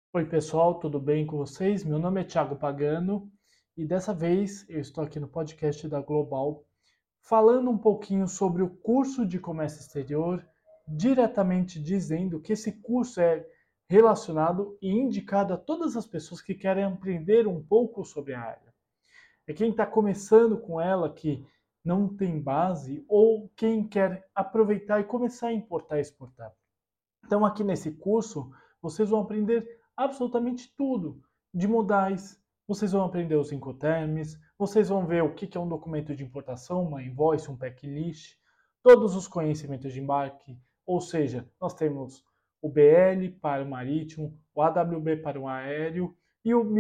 Oi, pessoal, tudo bem com vocês? Meu nome é Thiago Pagano e dessa vez eu estou aqui no podcast da Global falando um pouquinho sobre o curso de comércio exterior, diretamente dizendo que esse curso é relacionado e indicado a todas as pessoas que querem aprender um pouco sobre a área. É quem está começando com ela que não tem base ou quem quer aproveitar e começar a importar e exportar. Então, aqui nesse curso, vocês vão aprender absolutamente tudo de modais. Vocês vão aprender os incoterms, vocês vão ver o que é um documento de importação, uma invoice, um packlist, todos os conhecimentos de embarque, ou seja, nós temos o BL para o marítimo, o AWB para o aéreo e o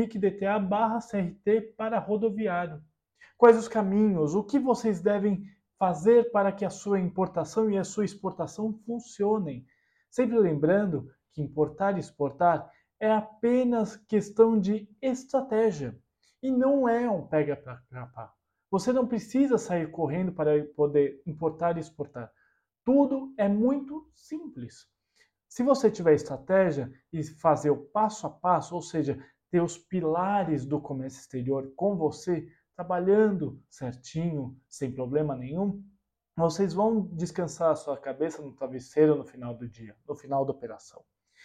MIC-DTA/CRT para rodoviário. Quais os caminhos, o que vocês devem fazer para que a sua importação e a sua exportação funcionem. Sempre lembrando que importar e exportar é apenas questão de estratégia e não é um pega para capar. Você não precisa sair correndo para poder importar e exportar. Tudo é muito simples. Se você tiver estratégia e fazer o passo a passo, ou seja, ter os pilares do comércio exterior com você, trabalhando certinho, sem problema nenhum, vocês vão descansar a sua cabeça no travesseiro no final do dia, no final da operação.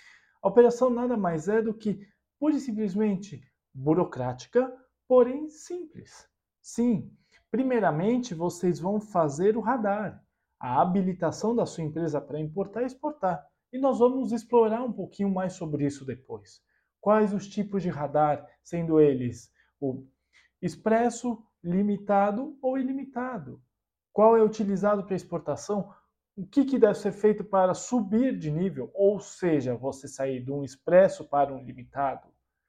A operação nada mais é do que pura e simplesmente burocrática, porém simples. Sim, primeiramente vocês vão fazer o radar, a habilitação da sua empresa para importar e exportar. E nós vamos explorar um pouquinho mais sobre isso depois. Quais os tipos de radar, sendo eles o expresso, limitado ou ilimitado? Qual é utilizado para exportação? O que deve ser feito para subir de nível? Ou seja, você sair de um expresso para um limitado?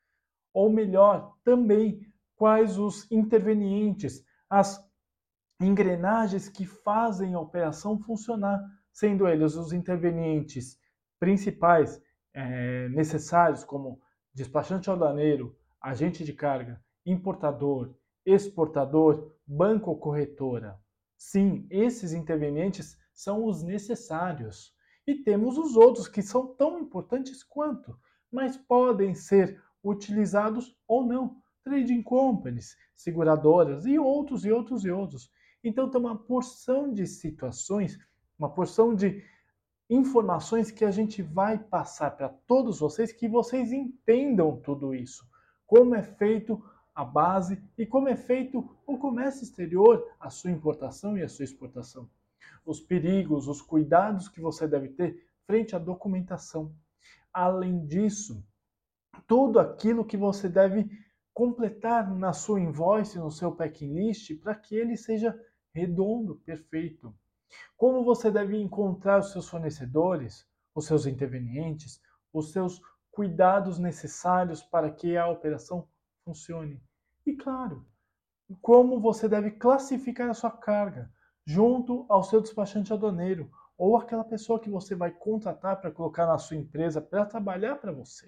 Ou melhor, também, quais os intervenientes, as engrenagens que fazem a operação funcionar, sendo eles os intervenientes principais necessários, como despachante aduaneiro, agente de carga, importador, exportador, banco ou corretora. Sim, esses intervenientes são os necessários. E temos os outros que são tão importantes quanto, mas podem ser utilizados ou não. Trading companies, seguradoras e outros, e outros, e outros. Então tem uma porção de situações, uma porção de informações que a gente vai passar para todos vocês, que vocês entendam tudo isso. Como é feito a base e como é feito o comércio exterior, a sua importação e a sua exportação. Os perigos, os cuidados que você deve ter frente à documentação. Além disso, tudo aquilo que você deve completar na sua invoice, no seu packing list, para que ele seja redondo, perfeito. Como você deve encontrar os seus fornecedores, os seus intervenientes, os seus cuidados necessários para que a operação funcione. E claro, como você deve classificar a sua carga junto ao seu despachante aduaneiro ou aquela pessoa que você vai contratar para colocar na sua empresa para trabalhar para você.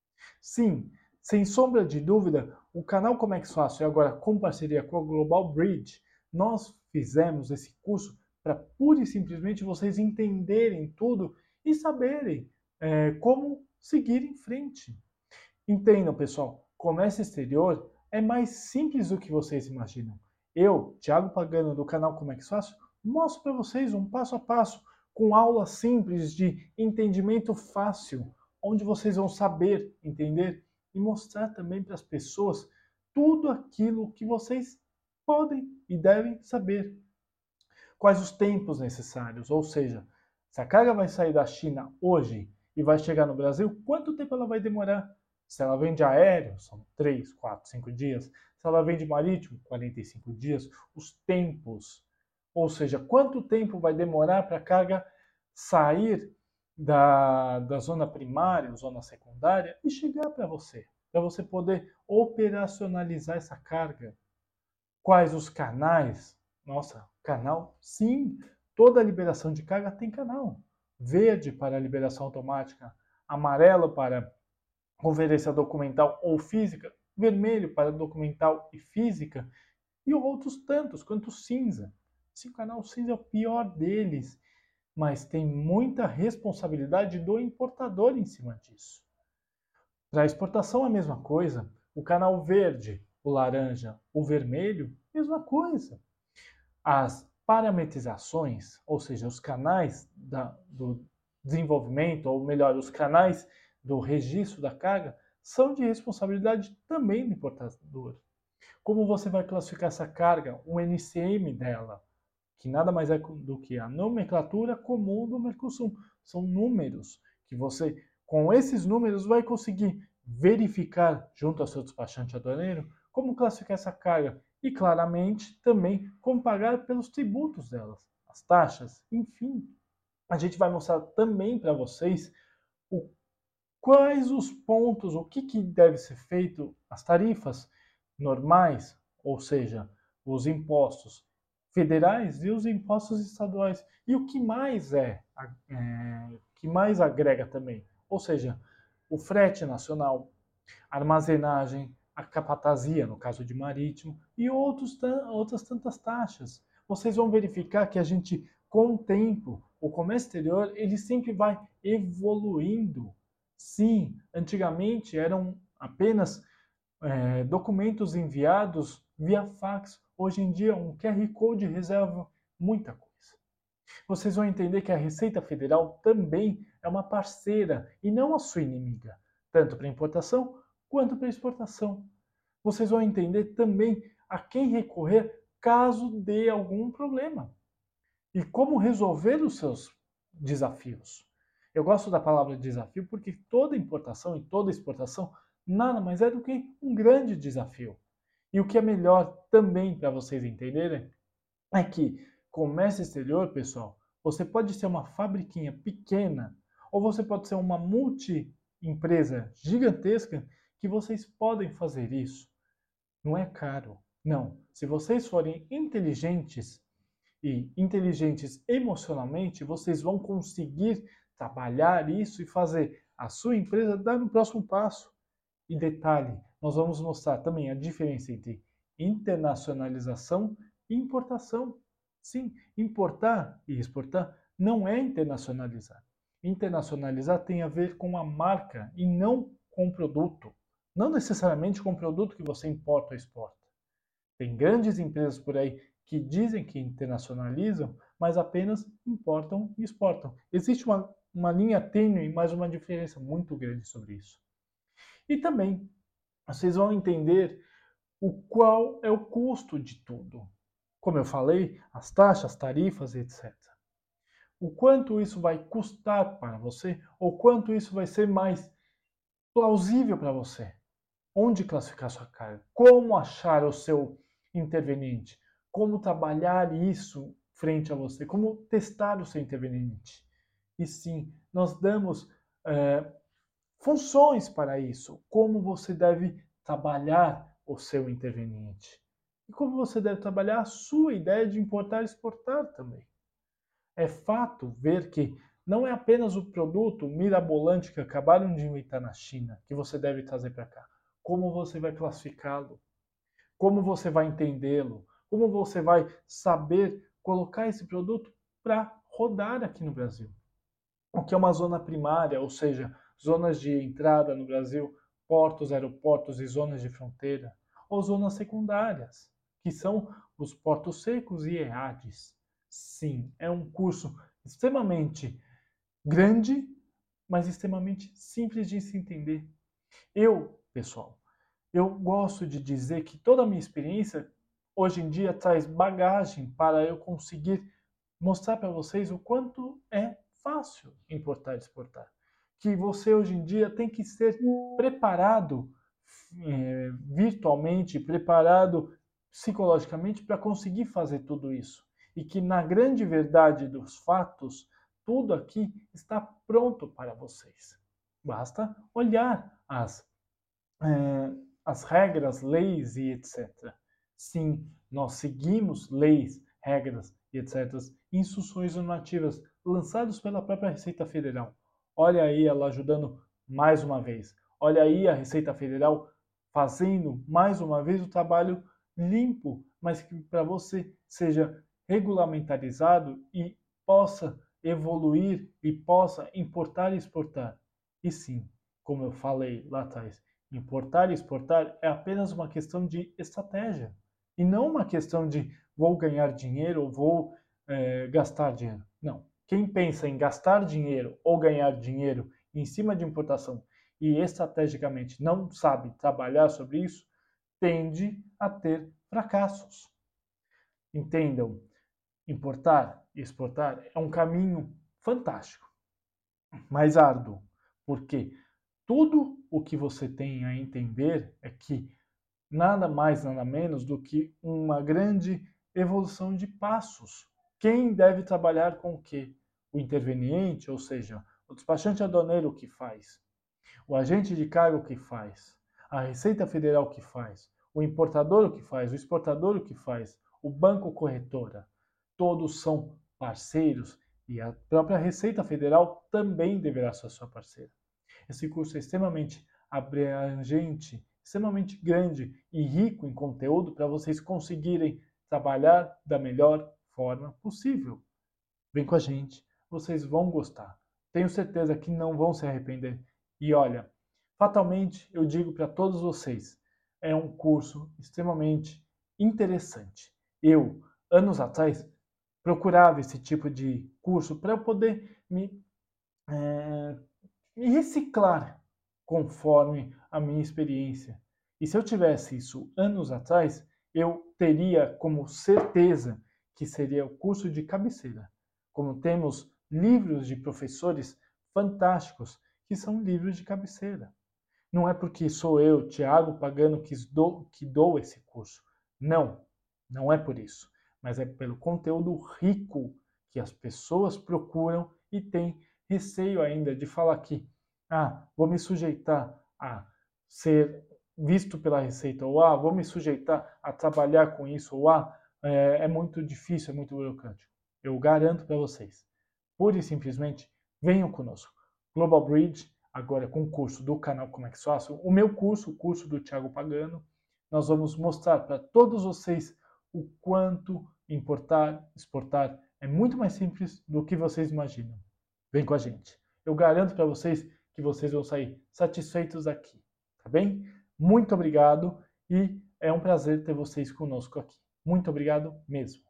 Sim, sem sombra de dúvida, o canal Comex Fácil e agora com parceria com a Global Bridge, nós fizemos esse curso para pura e simplesmente vocês entenderem tudo e saberem como seguir em frente. Entendam, pessoal, comércio exterior é mais simples do que vocês imaginam. Eu, Thiago Pagano, do canal Comex Fácil, mostro para vocês um passo a passo, com aulas simples de entendimento fácil, onde vocês vão saber, entender e mostrar também para as pessoas tudo aquilo que vocês podem e devem saber. Quais os tempos necessários, ou seja, se a carga vai sair da China hoje e vai chegar no Brasil, quanto tempo ela vai demorar? Se ela vem de aéreo, são 3, 4, 5 dias. Se ela vem de marítimo, 45 dias. Os tempos, ou seja, quanto tempo vai demorar para a carga sair da zona primária, zona secundária e chegar para você poder operacionalizar essa carga. Quais os canais? Nossa, canal? Sim, toda liberação de carga tem canal. Verde para liberação automática, amarelo para conferência documental ou física, vermelho para documental e física, e outros tantos quanto cinza. Esse canal cinza é o pior deles, mas tem muita responsabilidade do importador em cima disso. Para exportação, a mesma coisa. O canal verde, o laranja, o vermelho, mesma coisa. As parametrizações, ou seja, os canais do desenvolvimento, ou melhor, os canais do registro da carga, são de responsabilidade também do importador. Como você vai classificar essa carga, o NCM dela, que nada mais é do que a nomenclatura comum do Mercosul. São números que você, com esses números, vai conseguir verificar junto ao seu despachante aduaneiro como classificar essa carga e, claramente, também como pagar pelos tributos delas, as taxas, enfim. A gente vai mostrar também para vocês o, quais os pontos, o que deve ser feito, as tarifas normais, ou seja, os impostos federais e os impostos estaduais. E o que mais que mais agrega também, ou seja, o frete nacional, a armazenagem, a capatazia, no caso de marítimo, e outras tantas taxas. Vocês vão verificar que a gente, com o tempo, o comércio exterior, ele sempre vai evoluindo. Sim, antigamente eram apenas documentos enviados via fax. Hoje em dia, um QR Code reserva muita coisa. Vocês vão entender que a Receita Federal também é uma parceira e não a sua inimiga, tanto para importação quanto para exportação. Vocês vão entender também a quem recorrer caso dê algum problema e como resolver os seus desafios. Eu gosto da palavra desafio porque toda importação e toda exportação nada mais é do que um grande desafio. E o que é melhor também para vocês entenderem é que comércio exterior, pessoal, você pode ser uma fabriquinha pequena ou você pode ser uma multi-empresa gigantesca que vocês podem fazer isso. Não é caro. Não. Se vocês forem inteligentes e inteligentes emocionalmente, vocês vão conseguir trabalhar isso e fazer a sua empresa dar o próximo passo. E detalhe, nós vamos mostrar também a diferença entre internacionalização e importação. Sim, importar e exportar não é internacionalizar. Internacionalizar tem a ver com a marca e não com o produto. Não necessariamente com o produto que você importa ou exporta. Tem grandes empresas por aí que dizem que internacionalizam, mas apenas importam e exportam. Existe uma linha tênue, mas uma diferença muito grande sobre isso. E também vocês vão entender o qual é o custo de tudo. Como eu falei, as taxas, tarifas, etc. O quanto isso vai custar para você, ou quanto isso vai ser mais plausível para você. Onde classificar sua carga, como achar o seu interveniente, como trabalhar isso frente a você, como testar o seu interveniente. E sim, nós damos funções para isso, como você deve trabalhar o seu interveniente e como você deve trabalhar a sua ideia de importar e exportar também. É fato ver que não é apenas o produto mirabolante que acabaram de inventar na China que você deve trazer para cá. Como você vai classificá-lo? Como você vai entendê-lo? Como você vai saber colocar esse produto para rodar aqui no Brasil? O que é uma zona primária, ou seja, zonas de entrada no Brasil, portos, aeroportos e zonas de fronteira, ou zonas secundárias, que são os portos secos e EADs. Sim, é um curso extremamente grande, mas extremamente simples de se entender. Pessoal, eu gosto de dizer que toda a minha experiência hoje em dia traz bagagem para eu conseguir mostrar para vocês o quanto é fácil importar e exportar. Que você hoje em dia tem que ser preparado virtualmente, preparado psicologicamente para conseguir fazer tudo isso. E que na grande verdade dos fatos, tudo aqui está pronto para vocês. Basta olhar as regras, leis e etc. Sim, nós seguimos leis, regras e etc. Instruções normativas lançadas pela própria Receita Federal. Olha aí ela ajudando mais uma vez. Olha aí a Receita Federal fazendo mais uma vez o trabalho limpo, mas que para você seja regulamentarizado e possa evoluir e possa importar e exportar. E sim, como eu falei lá atrás, importar e exportar é apenas uma questão de estratégia e não uma questão de vou ganhar dinheiro ou vou gastar dinheiro. Não. Quem pensa em gastar dinheiro ou ganhar dinheiro em cima de importação e estrategicamente não sabe trabalhar sobre isso, tende a ter fracassos. Entendam, importar e exportar é um caminho fantástico, mas árduo, porque tudo o que você tem a entender é que nada mais, nada menos do que uma grande evolução de passos. Quem deve trabalhar com o quê? O interveniente, ou seja, o despachante aduaneiro o que faz, o agente de carga o que faz, a Receita Federal o que faz, o importador o que faz, o exportador o que faz, o banco corretora. Todos são parceiros e a própria Receita Federal também deverá ser sua parceira. Esse curso é extremamente abrangente, extremamente grande e rico em conteúdo para vocês conseguirem trabalhar da melhor forma possível. Vem com a gente, vocês vão gostar. Tenho certeza que não vão se arrepender. E olha, fatalmente eu digo para todos vocês, é um curso extremamente interessante. Eu, anos atrás, procurava esse tipo de curso para eu poder me reciclar conforme a minha experiência. E se eu tivesse isso anos atrás, eu teria como certeza que seria o curso de cabeceira. Como temos livros de professores fantásticos que são livros de cabeceira. Não é porque sou eu, Tiago Pagano, que dou esse curso. Não, não é por isso. Mas é pelo conteúdo rico que as pessoas procuram e têm receio ainda de falar que, vou me sujeitar a ser visto pela Receita, ou vou me sujeitar a trabalhar com isso, ou é muito difícil, é muito burocrático. Eu garanto para vocês, pura e simplesmente, venham conosco. Global Bridge, agora com o curso do canal Como é que faço, o meu curso, o curso do Thiago Pagano, nós vamos mostrar para todos vocês o quanto importar, exportar é muito mais simples do que vocês imaginam. Vem com a gente. Eu garanto para vocês que vocês vão sair satisfeitos aqui, tá bem? Muito obrigado e é um prazer ter vocês conosco aqui. Muito obrigado mesmo.